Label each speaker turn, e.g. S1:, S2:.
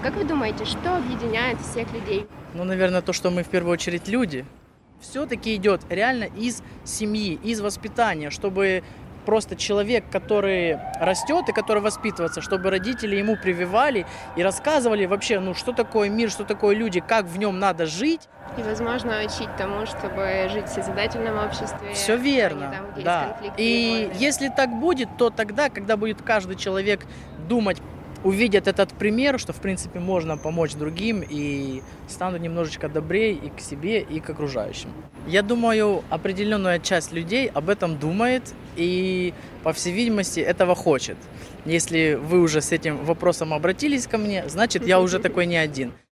S1: Как вы думаете, что объединяет всех людей?
S2: Ну, наверное, то, что мы в первую очередь люди. Все-таки идет реально из семьи, из воспитания, чтобы просто человек, который растет и который воспитывается, чтобы родители ему прививали и рассказывали вообще, ну, что такое мир, что такое люди, как в нем надо жить.
S1: И, возможно, учить тому, чтобы жить в созидательном обществе.
S2: Все
S1: а не
S2: верно,
S1: там, где есть
S2: да.
S1: конфликты
S2: И
S1: войны.
S2: если так будет, то тогда, когда будет каждый человек думать, увидят этот пример, что, в принципе, можно помочь другим и станут немножечко добрее и к себе, и к окружающим. Я думаю, определенная часть людей об этом думает и, по всей видимости, этого хочет. Если вы уже с этим вопросом обратились ко мне, значит, я уже такой не один.